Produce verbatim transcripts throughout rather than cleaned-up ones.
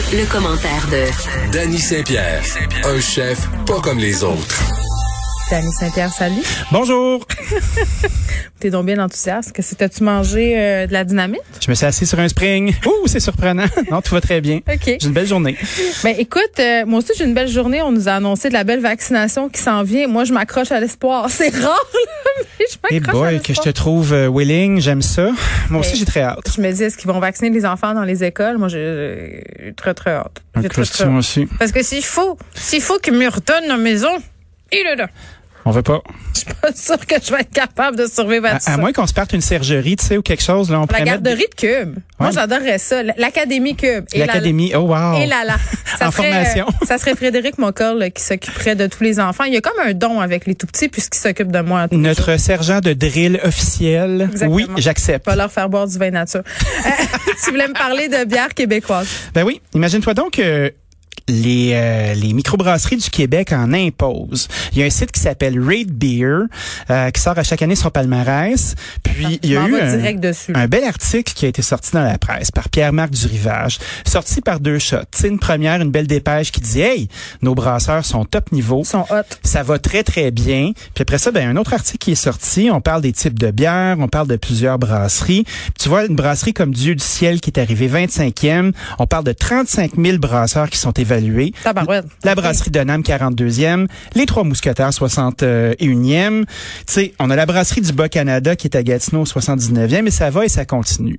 le commentaire de Danny Saint-Pierre, un chef pas comme les autres. Danny Saint-Pierre, salut. Bonjour. T'es donc bien enthousiaste. Qu'est-ce que t'as-tu mangé euh, de la dynamite? Je me suis assis sur un spring. Ouh, c'est surprenant. Non, tout va très bien. OK. J'ai une belle journée. Ben écoute, euh, moi aussi j'ai une belle journée. On nous a annoncé de la belle vaccination qui s'en vient. Moi, je m'accroche à l'espoir. C'est rare, là, mais je Eh m'accroche à boy, l'espoir. que je te trouve euh, willing, j'aime ça. Moi aussi, Mais j'ai très hâte. Je me dis, est-ce qu'ils vont vacciner les enfants dans les écoles? Moi, j'ai j'ai très, très hâte. Un J'ai très, très costume hâte. aussi. Parce que s'il faut, s'il faut qu'ils me redonnent la maison, il est là. On veut pas. Je suis pas sûre que je vais être capable de survivre à, À, ça. à moins qu'on se parte une sergerie, tu sais, ou quelque chose, là, on La pourrait mettre garderie de Cube. Moi, Ouais. j'adorerais ça. L'Académie Cube. Et la- L'Académie. Oh, wow. Et là là. Ça En serait, formation. euh, ça serait Frédéric Mocoll là, qui s'occuperait de tous les enfants. Il y a comme un don avec les tout petits puisqu'il s'occupe de moi. tous les jours. Notre sergent de drill officiel. Exactement. Oui, j'accepte. Pas leur faire boire du vin nature. Euh, tu voulais me parler de bière québécoise. Ben oui, imagine-toi donc que les euh, les microbrasseries du Québec en imposent. Il y a un site qui s'appelle Rate Beer euh, qui sort à chaque année son palmarès. Puis il y a Je eu m'en vais un, direct dessus. un bel article qui a été sorti dans la presse par Pierre-Marc Durivage, sorti par deux shots. C'est une première, une belle dépêche qui dit hey, nos brasseurs sont top niveau. Ils sont hot. Ça va très, très bien. Puis après ça, ben un autre article qui est sorti. On parle des types de bières, on parle de plusieurs brasseries. Puis tu vois, une brasserie comme Dieu du ciel qui est arrivée vingt-cinquième. On parle de trente-cinq mille brasseurs qui sont évalués. Tabarouette. La brasserie de Nam, quarante-deuxième. Les Trois Mousquetaires, soixante et unième. Tu sais, on a la brasserie du Bas-Canada qui est à Gatineau, soixante-dix-neuvième. Et ça va et ça continue.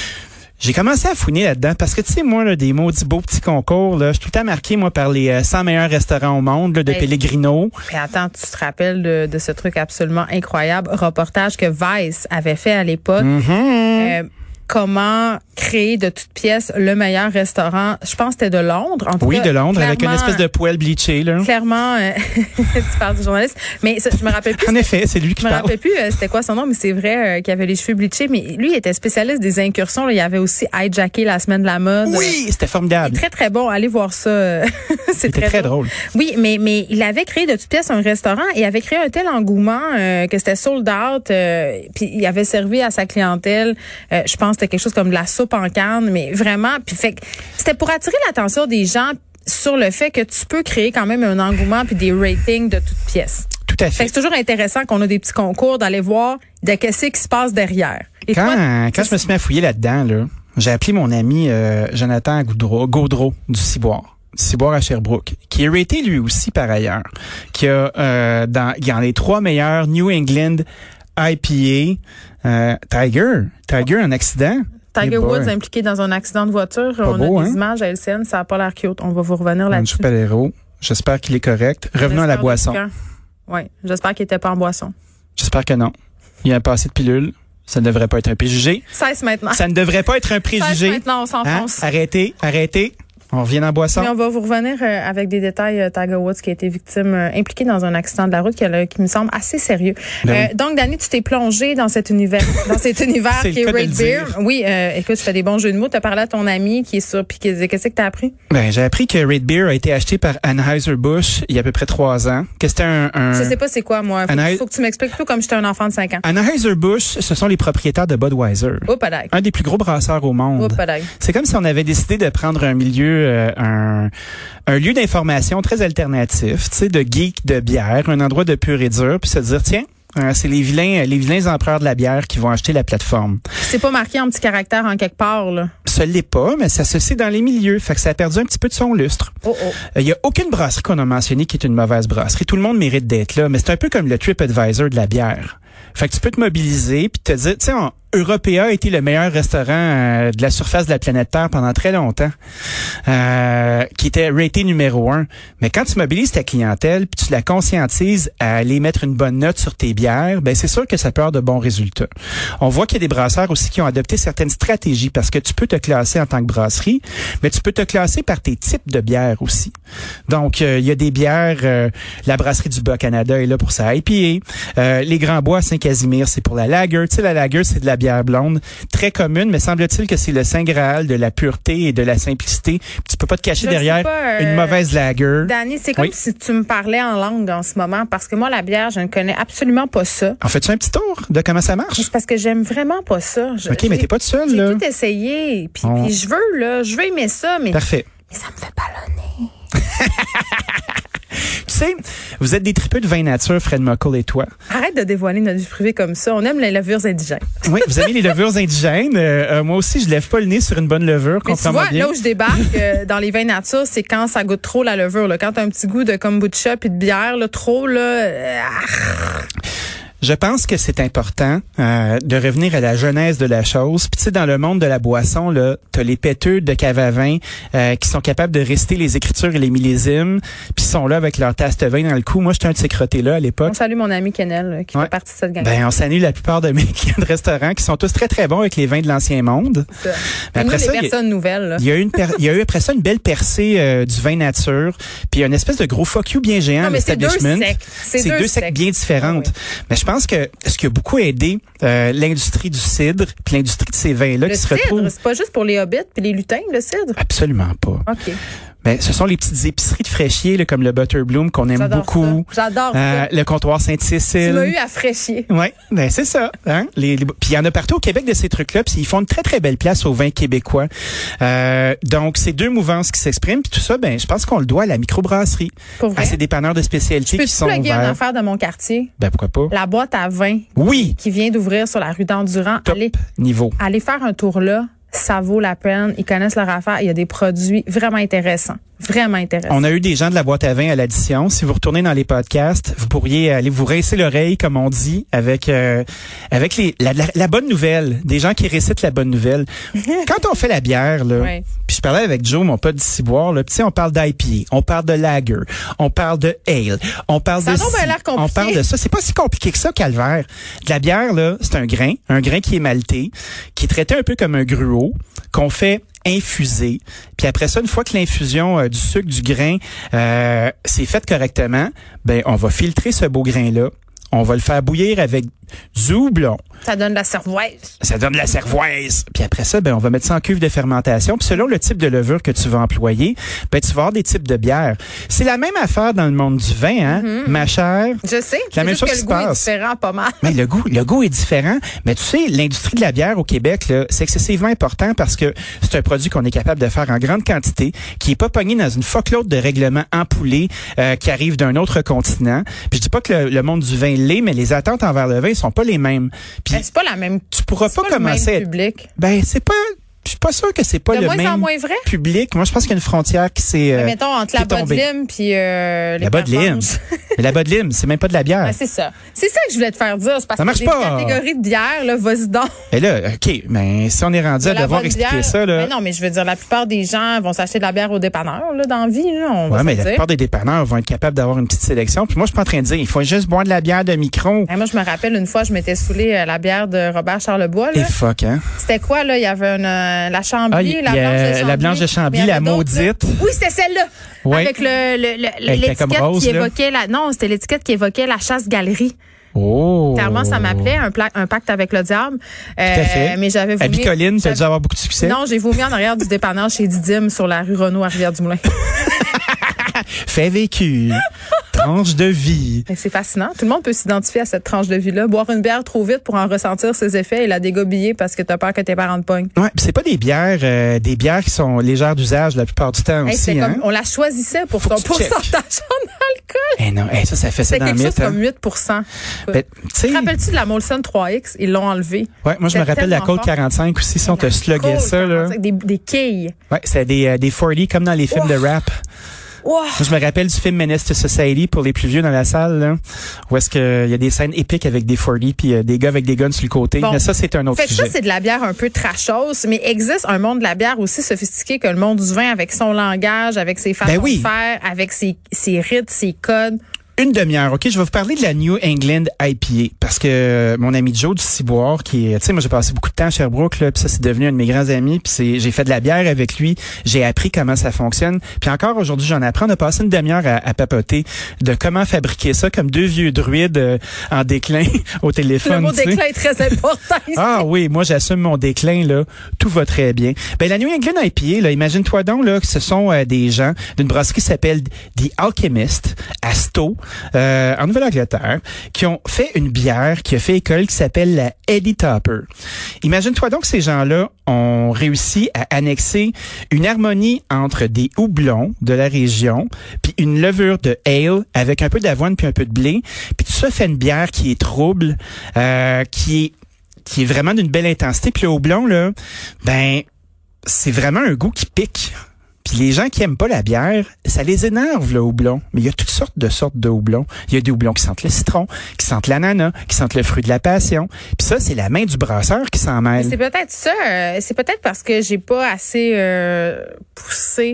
J'ai commencé à fouiner là-dedans parce que, tu sais, moi, là, des maudits beaux petits concours, là, je suis tout le temps marqué, moi, par les euh, cent meilleurs restaurants au monde, là, de Hey. Pellegrino. Et attends, tu te rappelles de, de ce truc absolument incroyable, reportage que Vice avait fait à l'époque. Mm-hmm. Euh, comment créer de toutes pièces le meilleur restaurant. Je pense que c'était de Londres. En tout Oui, cas, de Londres, avec une clairement- espèce de poêle bleachée, là. Clairement, euh, tu parles du journaliste. Mais ça, je me rappelle plus. En effet, c'est lui qui Je me parle. rappelle plus euh, c'était quoi son nom, mais c'est vrai euh, qu'il avait les cheveux bleachés. Mais lui, il était spécialiste des incursions. Là. Il avait aussi hijacké la semaine de la mode. Oui, c'était Il est formidable. très, très bon. Allez voir ça. euh, c'est C'était très, très drôle. Oui, mais mais il avait créé de toutes pièces un restaurant et avait créé un tel engouement euh, que c'était sold out. Euh, puis il avait servi à sa clientèle. Euh, je pense que c'était quelque chose comme de la soupe en canne, mais vraiment. Puis fait que c'était pour attirer l'attention des gens sur le fait que tu peux créer quand même un engouement puis des ratings de toutes pièces. Tout à Fait fait. que c'est toujours intéressant qu'on a des petits concours d'aller voir de qu'est-ce qui se passe derrière. Et Quand, toi, quand je me suis mis à fouiller là-dedans, là, j'ai appelé mon ami euh, Jonathan Gaudreau, Gaudreau du Ciboire. du Ciboire à Sherbrooke, qui est raté lui aussi par ailleurs, qui a euh, dans, dans les trois meilleurs New England I P A, euh, Tiger, Tiger en accident. Tiger Eh boy. Woods impliqué dans un accident de voiture. Pas on beau, a des hein? images à L C N, ça n'a pas l'air cute. On va vous revenir là-dessus. Ange Palero. J'espère qu'il est correct. Revenons à la boisson. Oui, j'espère qu'il était pas en boisson. J'espère que non. Il y a un passé de pilule. Ça ne devrait pas être un préjugé. Cesse maintenant. Ça ne devrait pas être un Cesse préjugé. maintenant, on Hein? s'enfonce. Arrêtez, arrêtez. On revient en boisson. Mais on va vous revenir euh, avec des détails. Euh, Tiger Woods qui a été victime, euh, impliqué dans un accident de la route qui, a- qui me semble assez sérieux. Ben Euh, oui. donc, Danny, tu t'es plongé dans cet univers, dans cet univers C'est qui est le cas de Rate le Beer. dire. Oui, euh, écoute, je fais des bons jeux de mots. Tu as parlé à ton ami qui est sur, puis qui- qu'est-ce que tu as appris? Ben, j'ai appris que Rate Beer a été acheté par Anheuser-Busch il y a à peu près trois ans. Que c'était un, un... Je sais pas c'est quoi, moi. Faut, Anheuser- faut que tu m'expliques tout comme j'étais un enfant de cinq ans. Anheuser-Busch, ce sont les propriétaires de Budweiser. Oh, pas d'ail. Un des plus gros brasseurs au Oh, monde. pas d'ail. C'est comme si on avait décidé de prendre un milieu, euh, un, un lieu d'information très alternatif, tu sais, de geek de bière, un endroit de pur et dur, puis se dire, tiens, euh, c'est les vilains, les vilains empereurs de la bière qui vont acheter la plateforme. C'est pas marqué en petit caractère en quelque part, là. Ça l'est pas, mais ça se sait dans les milieux, fait que ça a perdu un petit peu de son lustre. Oh, oh. Il y a aucune brasserie qu'on a mentionnée qui est une mauvaise brasserie. Tout le monde mérite d'être là, mais c'est un peu comme le TripAdvisor de la bière. Fait que tu peux te mobiliser puis te dire, tu sais, on- Européa a été le meilleur restaurant euh, de la surface de la planète Terre pendant très longtemps, euh, qui était raté numéro un. Mais quand tu mobilises ta clientèle puis tu la conscientises à aller mettre une bonne note sur tes bières, ben c'est sûr que ça peut avoir de bons résultats. On voit qu'il y a des brasseurs aussi qui ont adopté certaines stratégies parce que tu peux te classer en tant que brasserie, mais tu peux te classer par tes types de bières aussi. Donc, euh, il y a des bières, euh, la brasserie du Bas-Canada est là pour sa I P A. Euh, les Grands Bois à Saint-Casimir, c'est pour la lager. Tu sais, la lager, c'est de la bière blonde, très commune, mais semble-t-il que c'est le saint graal de la pureté et de la simplicité. Puis tu peux pas te cacher Je derrière sais pas, euh, une mauvaise lager. Danny, c'est comme Oui. si tu me parlais en langue en ce moment, parce que moi, la bière, je ne connais absolument pas ça. En fais-tu un petit tour de comment ça marche? C'est parce que j'aime vraiment pas ça. Je- OK, mais j'ai- t'es pas tout seul, J'ai là. tout essayé, puis, On- puis je veux, là, je veux aimer ça, mais Parfait. Et ça me fait ballonner. Tu sais, vous êtes des tripeux de vin nature, Fred Muckle et toi. Arrête de dévoiler notre vie privée comme ça. On aime les levures indigènes. Oui, vous avez les levures indigènes. Euh, euh, moi aussi, je lève pas le nez sur une bonne levure, Mais tu comprends-moi vois, bien. là où je débarque euh, dans les vins nature, c'est quand ça goûte trop la levure. Là. Quand t'as un petit goût de kombucha puis de bière, là, trop, là... Euh, Je pense que c'est important euh, de revenir à la genèse de la chose. Puis tu sais, dans le monde de la boisson, là, t'as les péteux de cave à vin euh, qui sont capables de réciter les écritures et les millésimes, puis sont là avec leur tasse de vin dans le cou. Moi, j'étais un de ces crottés-là à l'époque. On salue mon ami Kennel là, qui Ouais. fait partie de cette gang. Ben, on s'annule la plupart de mes clients de restaurants qui sont tous très, très bons avec les vins de l'ancien monde. Ça. Mais Nous, après les ça, il y a- personnes nouvelles. Là. Il y a eu une per- il y a eu après ça une belle percée euh, du vin nature, puis une espèce de gros fuck you bien géant Non, à mais c'est deux l'establishment. sectes. C'est C'est deux deux sectes sectes. bien différentes. Ah oui. Mais je pense que ce qui a beaucoup aidé euh, l'industrie du cidre, puis l'industrie de ces vins-là Le qui se cidre, retrouvent c'est pas juste pour les hobbits puis les lutins, le cidre? absolument pas. OK. Mais ce sont les petites épiceries de fraîchier là, comme le Butterbloom qu'on aime J'adore beaucoup. ça. J'adore Euh, ça. le comptoir Tu Sainte-Cécile. m'as eu à fraîchier. Oui, ben c'est ça. Hein? Les, les- puis il y en a partout au Québec de ces trucs-là, puis ils font une très très belle place aux vins québécois. Euh, donc c'est deux mouvances qui s'expriment, puis tout ça, ben je pense qu'on le doit à la microbrasserie, Pour vrai? à ces dépanneurs de spécialité Je qui peux-tu sont plugger une ouverts. affaire de mon quartier? Ben pourquoi pas. La boîte à vin Oui, qui vient d'ouvrir sur la rue d'Endurant. top Allez, niveau. allez faire un tour là. Ça vaut la peine. Ils connaissent leur affaire. Il y a des produits vraiment intéressants. Vraiment intéressants. On a eu des gens de la boîte à vin à l'addition. Si vous retournez dans les podcasts, vous pourriez aller vous rincer l'oreille, comme on dit, avec euh, avec les la, la, la bonne nouvelle, des gens qui récitent la bonne nouvelle. Quand on fait la bière, là, Ouais. puis je parlais avec Joe, mon pote d'ici boire, là, puis tu sais, on parle d'I P A, on parle de lager, on parle de ale, on parle Ça a de donc ci, bien l'air compliqué. on parle de ça. C'est pas si compliqué que ça, calvaire. De la bière, là, c'est un grain, un grain qui est malté, qui est traité un peu comme un gruau, qu'on fait infuser. Puis après ça, une fois que l'infusion euh, du sucre du grain euh, c'est fait correctement, ben on va filtrer ce beau grain-là. On va le faire bouillir avec du houblon. Ça donne de la cervoise. Ça donne de la cervoise. Puis après ça, ben on va mettre ça en cuve de fermentation. Puis selon le type de levure que tu vas employer, ben tu vas avoir des types de bières. C'est la même affaire dans le monde du vin, hein, Mm-hmm. ma chère. Je sais. La C'est même juste chose que qui le se goût est passe. différent pas mal. Mais le goût, le goût est différent. Mais tu sais, l'industrie de la bière au Québec, là, c'est excessivement important parce que c'est un produit qu'on est capable de faire en grande quantité, qui est pas pogné dans une fuckload de règlements empoulés euh, qui arrivent d'un autre continent. Puis je dis pas que le, le monde du vin l'est, mais les attentes envers le vin sont pas les mêmes. Puis Ben, c'est pas la même. tu pourras C'est pas, pas le commencer à même être- public. Ben c'est pas. Je suis pas sûr que c'est pas De le moins même en moins vrai. public. Moi, je pense qu'il y a une frontière qui s'est. euh, Mettons entre la qui est tombée. Bodlim puis euh, les La Bodlim. pervenches. Mais la Bodlim, c'est même pas de la bière. Ben, c'est ça. C'est ça que je voulais te faire dire. C'est parce Ça marche qu'il y a des pas. catégories de bière, là, vas-y donc. Et là, ok, mais si on est rendu à De la devoir bonne expliquer bière. ça, là. Ben non, mais je veux dire, la plupart des gens vont s'acheter de la bière au dépanneur, là, dans la vie, là, on va Ouais, se mais le la dire. plupart des dépanneurs vont être capables d'avoir une petite sélection. Puis moi, je suis pas en train de dire, il faut juste boire de la bière de micro. Hey, moi, je me rappelle une fois, je m'étais saoulé euh, la bière de Robert Charlebois. Et Là. fuck, hein? C'était quoi, là? Il y avait une, euh, la Chambly, Ah, il y la a blanche de Chambly. la blanche de Chambly, Mais il y la avait d'autres, là. maudite. Oui, c'était celle-là. Ouais. Avec le, le, le- Elle était comme l'étiquette rose, qui là. évoquait la, non, c'était l'étiquette qui évoquait la chasse-galerie. Oh! Clairement, ça m'appelait un, pla- un pacte avec le diable. Euh, Tout à fait. Mais j'avais À vomi. Bicoline, t'as j'avais- dû avoir beaucoup de succès. Non, j'ai vomi en arrière du dépanneur chez Didyme sur la rue Renaud à Rivière-du-Moulin. Fait vécu. Tranche de vie. Mais c'est fascinant. Tout le monde peut s'identifier à cette tranche de vie-là. Boire une bière trop vite pour en ressentir ses effets et la dégobiller parce que t'as peur que tes parents te pognent. Ouais, pis c'est pas des bières, euh, des bières qui sont légères d'usage la plupart du temps Hey, aussi, c'était hein? comme, on la choisissait pour Faut son que tu checkes. pourcentage en alcool. Eh non, eh, ça, ça fait ça C'était dans le quelque chose mythe, hein? comme huit pour cent. Ben, tu sais, Te rappelles-tu de la Molson trois X? Ils l'ont enlevé. ouais, moi, je me C'était rappelle la tellement Colt fort. quarante-cinq aussi, si on te La sluguait Coke, ça, là. avec Des, des quilles. Ouais, c'était des, euh, des quarante comme dans les films de rap. Wow. Moi, je me rappelle du film Menace to Society pour les plus vieux dans la salle, là, où est-ce que il y a des scènes épiques avec des quarante puis euh, des gars avec des guns sur le côté. Bon. Mais ça, c'est un autre Fait que sujet. ça, c'est de la bière un peu trashos, mais existe un monde de la bière aussi sophistiqué que le monde du vin avec son langage, avec ses façons Ben oui. de faire, avec ses, ses rites, ses codes. Une demi-heure, OK? Je vais vous parler de la New England I P A parce que euh, mon ami Joe du Ciboire, qui est, tu sais, moi j'ai passé beaucoup de temps à Sherbrooke, là, puis ça c'est devenu un de mes grands amis, puis c'est, j'ai fait de la bière avec lui, j'ai appris comment ça fonctionne, puis encore aujourd'hui j'en apprends. On a passé une demi-heure à, à papoter de comment fabriquer ça comme deux vieux druides euh, en déclin au téléphone. Le mot tu sais. déclin est très important ici. Ah oui, moi j'assume mon déclin là, tout va très bien. Ben la New England I P A là, imagine-toi donc là que ce sont euh, des gens d'une brasserie qui s'appelle The Alchemist à Stowe euh, en Nouvelle-Angleterre, qui ont fait une bière qui a fait école qui s'appelle la Heady Topper. Imagine-toi donc que ces gens-là ont réussi à annexer une harmonie entre des houblons de la région, puis une levure de ale avec un peu d'avoine puis un peu de blé, puis tout ça fait une bière qui est trouble, euh, qui est qui est vraiment d'une belle intensité. Puis le houblon, là, ben, c'est vraiment un goût qui pique. Puis les gens qui aiment pas la bière, ça les énerve, le houblon. Mais il y a toutes sortes de sortes de houblons. Il y a des houblons qui sentent le citron, qui sentent l'ananas, qui sentent le fruit de la passion. Puis ça, c'est la main du brasseur qui s'en mêle. C'est peut-être ça. Euh, c'est peut-être parce que j'ai pas assez euh, poussé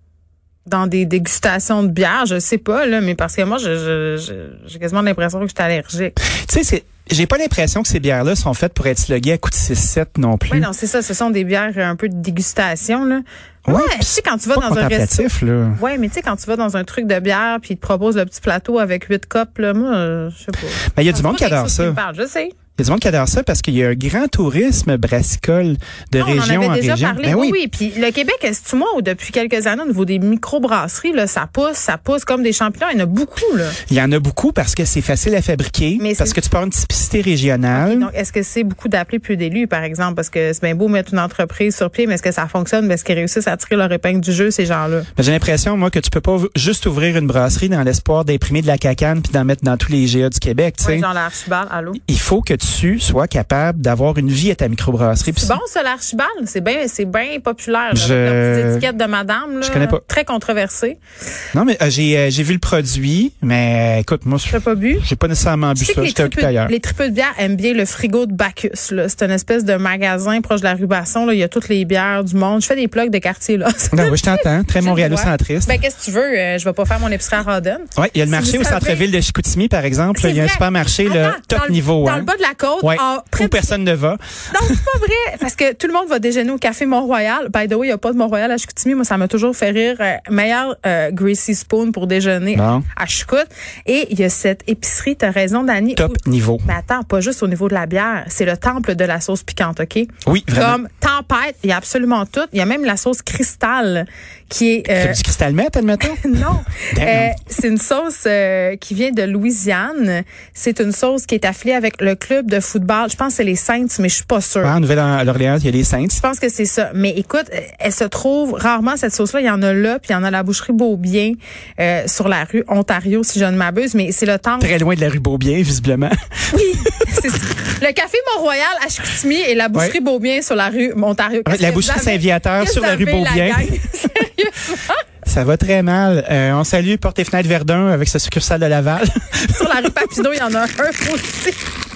dans des dégustations de bière. Je sais pas, là, mais parce que moi, je, je, je, j'ai quasiment l'impression que je suis allergique. Tu sais, c'est... J'ai pas l'impression que ces bières-là sont faites pour être sluguées à coups de six sept non plus. Oui, non, c'est ça. Ce sont des bières un peu de dégustation, là. Ouais, ouais tu sais, quand tu vas dans un resto. Là. Ouais, mais tu sais, quand tu vas dans un truc de bière puis ils te proposent le petit plateau avec huit copes, là, moi, euh, je sais pas. Mais il y a du monde qui adore ça. Je sais. Il y a du monde qui adore ça parce qu'il y a un grand tourisme brassicole de non, région on en avait en déjà région. Parlé. Ben oui, oui, oui. Puis le Québec, est-ce que moi, ou depuis quelques années, au niveau des microbrasseries, là, ça pousse, ça pousse comme des champignons. Il y en a beaucoup, là. Il y en a beaucoup parce que c'est facile à fabriquer, mais parce que tu peux avoir une typicité régionale. Okay, donc, est-ce que c'est beaucoup d'appelés peu d'élus, par exemple? Parce que c'est bien beau mettre une entreprise sur pied, mais est-ce que ça fonctionne? Est-ce qu'ils réussissent à tirer leur épingle du jeu, ces gens-là? Ben, j'ai l'impression, moi, que tu peux pas juste ouvrir une brasserie dans l'espoir d'imprimer de la cacane puis d'en mettre dans tous les G A du Québec, tu sais. Ouais, genre l'Archibald, allô? Il faut que tu sois capable d'avoir une vie à ta microbrasserie. C'est bon, ça, l'Archibald. C'est bien, c'est bien populaire. Je... Là, la petite étiquette de madame, là. Je connais pas. Très controversée. Non, mais euh, j'ai euh, j'ai vu le produit, mais euh, écoute, moi, je n'ai pas bu. J'ai pas nécessairement bu ça. J'étais occupé ailleurs. Les tripeux de bière aiment bien le frigo de Bacchus, là. C'est une espèce de magasin proche de la rue Basson, là. Il y a toutes les bières du monde. Je fais des plugs de quartier, là. Non, oui, je t'entends. Très montréalocentriste. Ben, qu'est-ce que tu veux? Euh, je vais pas faire mon épicerie à Rodden. Oui, il y a le marché au centre-ville de Chicoutimi, par exemple. Il y a un supermarché, là, top dans niveau. Dans hein. le bas de la côte. Ouais. En, où personne ne va. Non, c'est pas vrai. Parce que tout le monde va déjeuner au Café Mont-Royal. By the way, il n'y a pas de Mont-Royal à Chicoutimi. Moi, ça m'a toujours fait rire. Euh, meilleur euh, Greasy Spoon pour déjeuner bon. à Chicout. Et il y a cette épicerie, t'as raison, Dani. Top où, niveau. Mais attends, pas juste au niveau de la bière. C'est le temple de la sauce piquante, OK? Oui, vraiment. Comme tempête, il y a absolument tout. Il y a même la sauce cristal qui est... Euh... du cristal meth, admettons? Non. euh, c'est une sauce euh, qui vient de Louisiane. C'est une sauce qui est affiliée avec le club de football. Je pense que c'est les Saints, mais je suis pas sûre. Ah, en Nouvelle-Orléans, il y a les Saints. Je pense que c'est ça. Mais écoute, elle se trouve rarement, cette sauce-là. Il y en a là, puis il y en a à la boucherie Beaubien euh, sur la rue Ontario, si je ne m'abuse. Mais c'est le temps... Très loin de la rue Beaubien, visiblement. Oui, c'est ça. Le Café Mont-Royal à Chicoutimi et la boucherie ouais. Beaubien sur la rue Ontario. Ouais, la boucherie Saint-Viateur sur la rue Beaubien. Sérieusement? Ça va très mal. Euh, on salue Porte et Fenêtre Verdun avec sa succursale de Laval. Sur la rue Papineau, il y en a un aussi.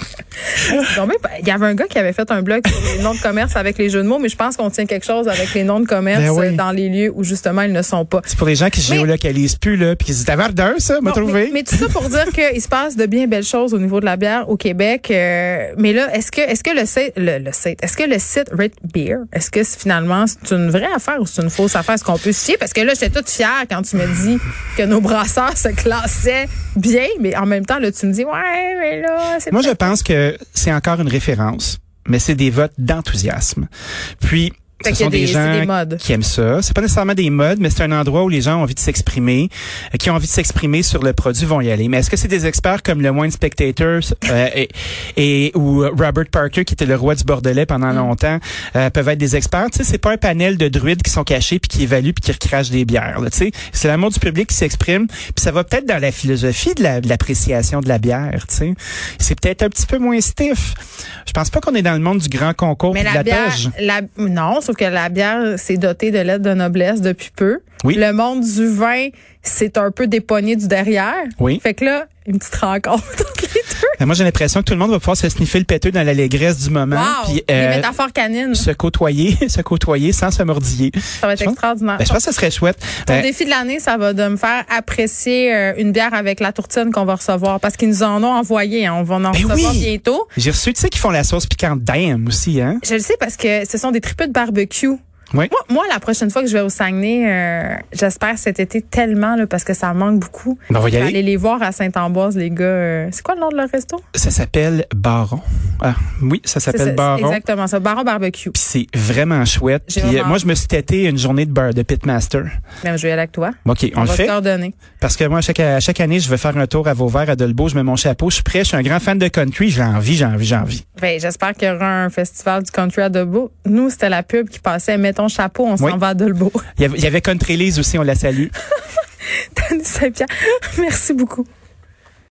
Il y avait un gars qui avait fait un blog sur les noms de commerce avec les jeux de mots, mais je pense qu'on tient quelque chose avec les noms de commerce ben oui. dans les lieux où justement ils ne sont pas. C'est pour les gens qui se géolocalisent plus là, puis qui disent à Verdun ça, m'a trouvé. Mais, mais tout ça pour dire qu'il se passe de bien belles choses au niveau de la bière au Québec. Euh, mais là, est-ce que est-ce que le site, le, le site, est-ce que le site Rate Beer, est-ce que c'est, finalement c'est une vraie affaire ou c'est une fausse affaire? Est-ce qu'on peut se fier? Parce que là, j'étais toute fière quand tu me dis que nos brasseurs se classaient bien, mais en même temps là, tu me dis ouais, mais là, c'est moi je pense que c'est encore une référence, mais c'est des votes d'enthousiasme. Puis ce sont des, des gens des modes. qui aiment ça. C'est pas nécessairement des modes, mais c'est un endroit où les gens ont envie de s'exprimer, euh, qui ont envie de s'exprimer sur le produit vont y aller. Mais est-ce que c'est des experts comme le Wine Spectator euh, et, et ou Robert Parker qui était le roi du Bordelais pendant mm. longtemps euh, peuvent être des experts. Tu sais, c'est pas un panel de druides qui sont cachés puis qui évaluent puis qui recrachent des bières. Tu sais, c'est l'amour du public qui s'exprime. Puis ça va peut-être dans la philosophie de, la, de l'appréciation de la bière. Tu sais, c'est peut-être un petit peu moins stiff. Je pense pas qu'on est dans le monde du grand concours mais de la, la bière, pêche. La, non, sauf que la bière, c'est doté de lettres de noblesse depuis peu. Oui. Le monde du vin, c'est un peu dépogné du derrière. Oui. Fait que là, une petite rencontre entre les deux. Ben moi, j'ai l'impression que tout le monde va pouvoir se sniffer le péteux dans l'allégresse du moment. Wow, puis euh, les métaphores canines. Se côtoyer, se côtoyer sans se mordiller. Ça va être je extraordinaire. Ben, je pense que ce serait chouette. Ton euh, défi de l'année, ça va de me faire apprécier euh, une bière avec la tourtine qu'on va recevoir. Parce qu'ils nous en ont envoyé. Hein. On va en ben recevoir oui. bientôt. J'ai reçu, tu sais, qu'ils font la sauce piquante d'aim aussi, hein? Je le sais parce que ce sont des tripes de barbecue. Oui. Moi, moi, la prochaine fois que je vais au Saguenay, euh, j'espère cet été tellement, là, parce que ça manque beaucoup. Ben, on va y Je vais aller. aller les voir à Saint-Ambroise, les gars. Euh, c'est quoi le nom de leur resto? Ça s'appelle Baron. Ah, oui, ça C'est s'appelle ça, Baron. c'est exactement ça. Baron Barbecue. Puis c'est vraiment chouette. J'ai Puis vraiment euh, moi, hâte. je me suis têté une journée de bar de Pitmaster. Même, je vais y aller avec toi. OK, on, On le va se fait. coordonner. Parce que moi, chaque, à chaque année, je vais faire un tour à Vauvert, à Dolbeau. Je mets mon chapeau. Je suis prêt. Je suis un grand fan de country. J'ai envie, j'ai envie, j'ai envie. Ben, j'espère qu'il y aura un festival du country à Dolbeau. Nous, c'était la pub qui passait. Mets ton chapeau, on Oui. s'en va à Dolbeau. Il y avait, il y avait Country Lise aussi, on la salue. Tani Saint-Pierre, merci beaucoup.